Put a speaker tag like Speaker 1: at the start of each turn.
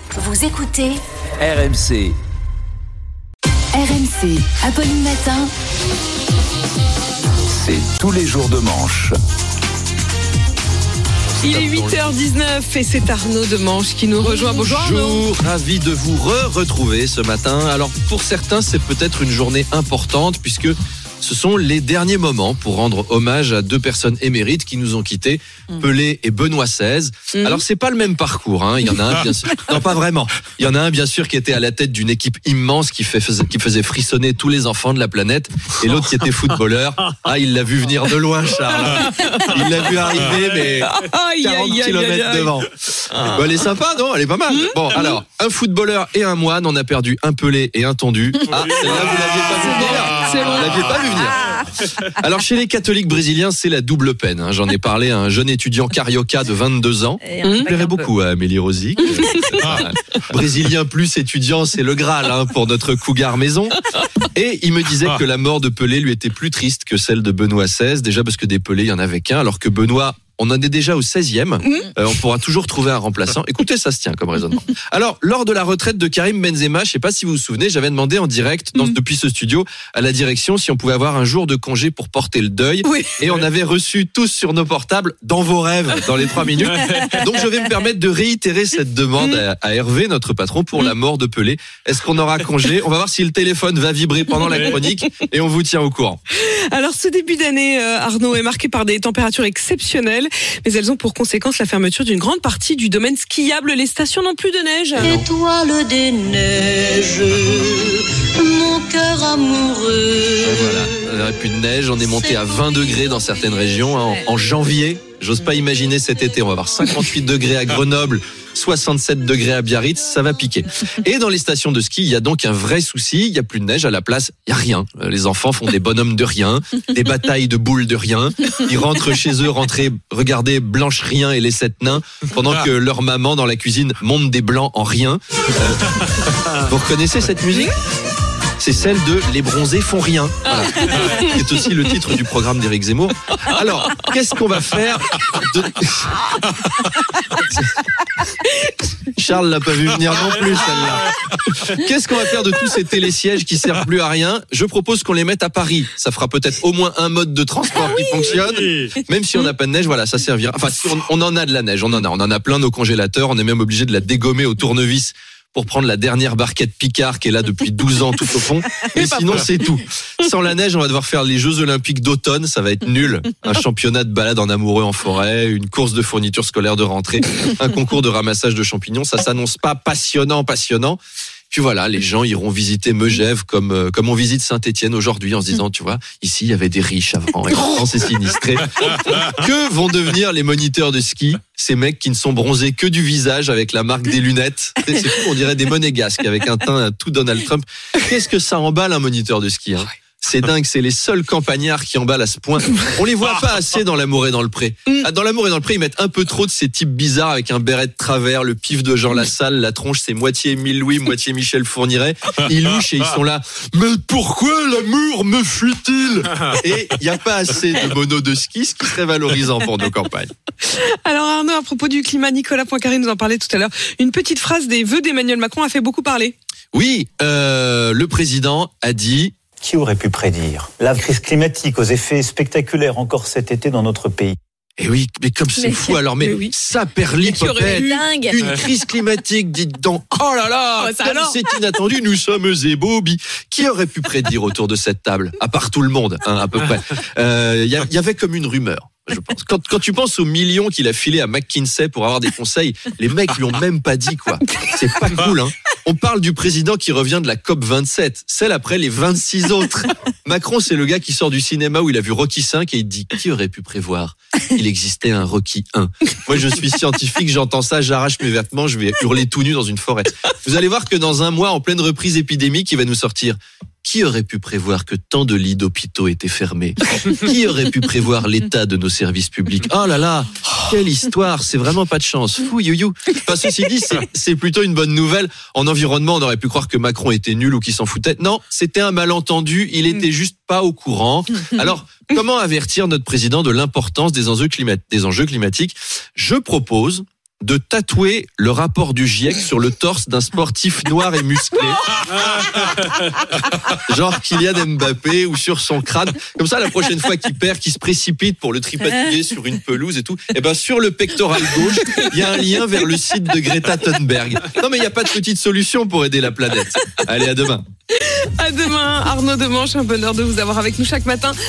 Speaker 1: Vous écoutez
Speaker 2: RMC.
Speaker 1: RMC, Apolline Matin.
Speaker 2: C'est tous les jours de manche.
Speaker 3: Il est 8h19 et c'est Arnaud de Manche qui nous rejoint. Bonjour Arnaud.
Speaker 4: Bonjour, ravi de vous retrouver ce matin. Alors pour certains, c'est peut-être une journée importante puisque ce sont les derniers moments pour rendre hommage à deux personnes émérites qui nous ont quittés, Pelé et Benoît XVI. Alors c'est pas le même parcours, hein. Il y en a un bien sûr. Non, pas vraiment. Il y en a un bien sûr qui était à la tête d'une équipe immense qui faisait frissonner tous les enfants de la planète, et l'autre qui était footballeur. Ah, il l'a vu venir de loin, Charles. Il l'a vu arriver, mais 40 km devant. Bon, elle est sympa, non? Elle est pas mal. Bon, alors, un footballeur et un moine, on a perdu un Pelé et un Tondu. Ah, celle-là, vous l'aviez pas vu venir. Vous l'aviez pas vu venir. Alors, chez les catholiques brésiliens, c'est la double peine, hein. J'en ai parlé à un jeune étudiant carioca de 22 ans. Il plairait beaucoup à Amélie Rosic. Brésilien plus étudiant, c'est le Graal, hein, pour notre cougar maison. Et il me disait que la mort de Pelé lui était plus triste que celle de Benoît XVI. Déjà parce que des Pelé, il y en avait qu'un, alors que Benoît, on en est déjà au 16e. On pourra toujours trouver un remplaçant. Écoutez, ça se tient comme raisonnement. Alors, lors de la retraite de Karim Benzema, je sais pas si vous vous souvenez, j'avais demandé en direct, depuis ce studio, à la direction si on pouvait avoir un jour de congé pour porter le deuil. Oui. Et on avait reçu tous sur nos portables, dans vos rêves, dans les 3 minutes. Donc, je vais me permettre de réitérer cette demande à Hervé, notre patron, pour la mort de Pelé. Est-ce qu'on aura congé? On va voir si le téléphone va vibrer pendant la chronique et on vous tient au courant.
Speaker 3: Alors, ce début d'année, Arnaud, est marqué par des températures exceptionnelles. Mais elles ont pour conséquence la fermeture d'une grande partie du domaine skiable. Les stations n'ont plus de neige.
Speaker 5: Étoile des neiges, mon cœur amoureux.
Speaker 4: Voilà, il n'y aurait plus de neige. On est monté à 20 degrés dans certaines régions, hein, en janvier. J'ose pas imaginer cet été. On va avoir 58 degrés à Grenoble, 67 degrés à Biarritz, ça va piquer. Et dans les stations de ski, il y a donc un vrai souci. Il y a plus de neige, à la place, il y a rien. Les enfants font des bonhommes de rien, des batailles de boules de rien. Ils rentrent chez eux, regarder Blanche Rien et les 7 nains, pendant que leur maman dans la cuisine monte des blancs en rien. Vous reconnaissez cette musique ? C'est celle de Les bronzés font rien, voilà. Qui est aussi le titre du programme d'Éric Zemmour. Alors, qu'est-ce qu'on va faire Charles l'a pas vu venir non plus, celle-là. Qu'est-ce qu'on va faire de tous ces télésièges qui servent plus à rien? Je propose qu'on les mette à Paris. Ça fera peut-être au moins un mode de transport qui fonctionne. Même si on n'a pas de neige, voilà, ça servira. Enfin, si on en a de la neige, on en a plein nos congélateurs. On est même obligé de la dégommer au tournevis pour prendre la dernière barquette Picard qui est là depuis 12 ans tout au fond. Mais sinon, c'est tout. Sans la neige, on va devoir faire les Jeux Olympiques d'automne. Ça va être nul. Un championnat de balade en amoureux en forêt, une course de fournitures scolaires de rentrée, un concours de ramassage de champignons. Ça s'annonce pas passionnant. Puis voilà, les gens iront visiter Megève comme on visite Saint-Étienne aujourd'hui en se disant, tu vois, ici il y avait des riches avant et maintenant c'est sinistré. Que vont devenir les moniteurs de ski, ces mecs qui ne sont bronzés que du visage avec la marque des lunettes? C'est fou, on dirait des monégasques avec un teint tout Donald Trump. Qu'est-ce que ça emballe un moniteur de ski, hein? C'est dingue, c'est les seuls campagnards qui emballent à ce point. On les voit pas assez dans L'amour est dans le pré. Dans L'amour est dans le pré, ils mettent un peu trop de ces types bizarres avec un béret de travers, le pif de Jean Lassalle, la tronche c'est moitié Émile Louis, moitié Michel Fourniret. Ils louchent et ils sont là. Mais pourquoi l'amour me fuit-il? Et il y a pas assez de monos de ski, ce qui serait valorisant pour nos campagnes.
Speaker 3: Alors Arnaud, à propos du climat, Nicolas Poincaré nous en parlait tout à l'heure. Une petite phrase des vœux d'Emmanuel Macron a fait beaucoup parler.
Speaker 4: Oui, le président a dit...
Speaker 6: Qui aurait pu prédire la crise climatique aux effets spectaculaires encore cet été dans notre pays?
Speaker 4: Et oui, mais comme c'est fou, alors, mais ça perlipopette, une crise climatique, dites donc, oh là là, c'est inattendu, nous sommes ébobis. Qui aurait pu prédire autour de cette table, à part tout le monde, hein, à peu près. Il y avait comme une rumeur. Je pense. Quand tu penses aux millions qu'il a filé à McKinsey pour avoir des conseils, les mecs lui ont même pas dit, quoi. C'est pas cool, hein. On parle du président qui revient de la COP27, celle après les 26 autres. Macron, c'est le gars qui sort du cinéma où il a vu Rocky 5 et il dit, qui aurait pu prévoir qu'il existait un Rocky 1? Moi, je suis scientifique, j'entends ça, j'arrache mes vêtements, je vais hurler tout nu dans une forêt. Vous allez voir que dans un mois, en pleine reprise épidémique, il va nous sortir. Qui aurait pu prévoir que tant de lits d'hôpitaux étaient fermés? Qui aurait pu prévoir l'état de nos services publics? Oh là là, quelle histoire, c'est vraiment pas de chance. Fou youyou. Enfin, ceci dit, c'est plutôt une bonne nouvelle. En environnement, on aurait pu croire que Macron était nul ou qu'il s'en foutait. Non, c'était un malentendu, il était juste pas au courant. Alors, comment avertir notre président de l'importance des enjeux climatiques? Je propose de tatouer le rapport du GIEC sur le torse d'un sportif noir et musclé. Genre Kylian Mbappé ou sur son crâne. Comme ça, la prochaine fois qu'il perd, qu'il se précipite pour le tripatouiller sur une pelouse et tout, et ben sur le pectoral gauche, il y a un lien vers le site de Greta Thunberg. Non mais il n'y a pas de petite solution pour aider la planète. Allez, à demain.
Speaker 3: À demain, Arnaud Demanche, un bonheur de vous avoir avec nous chaque matin.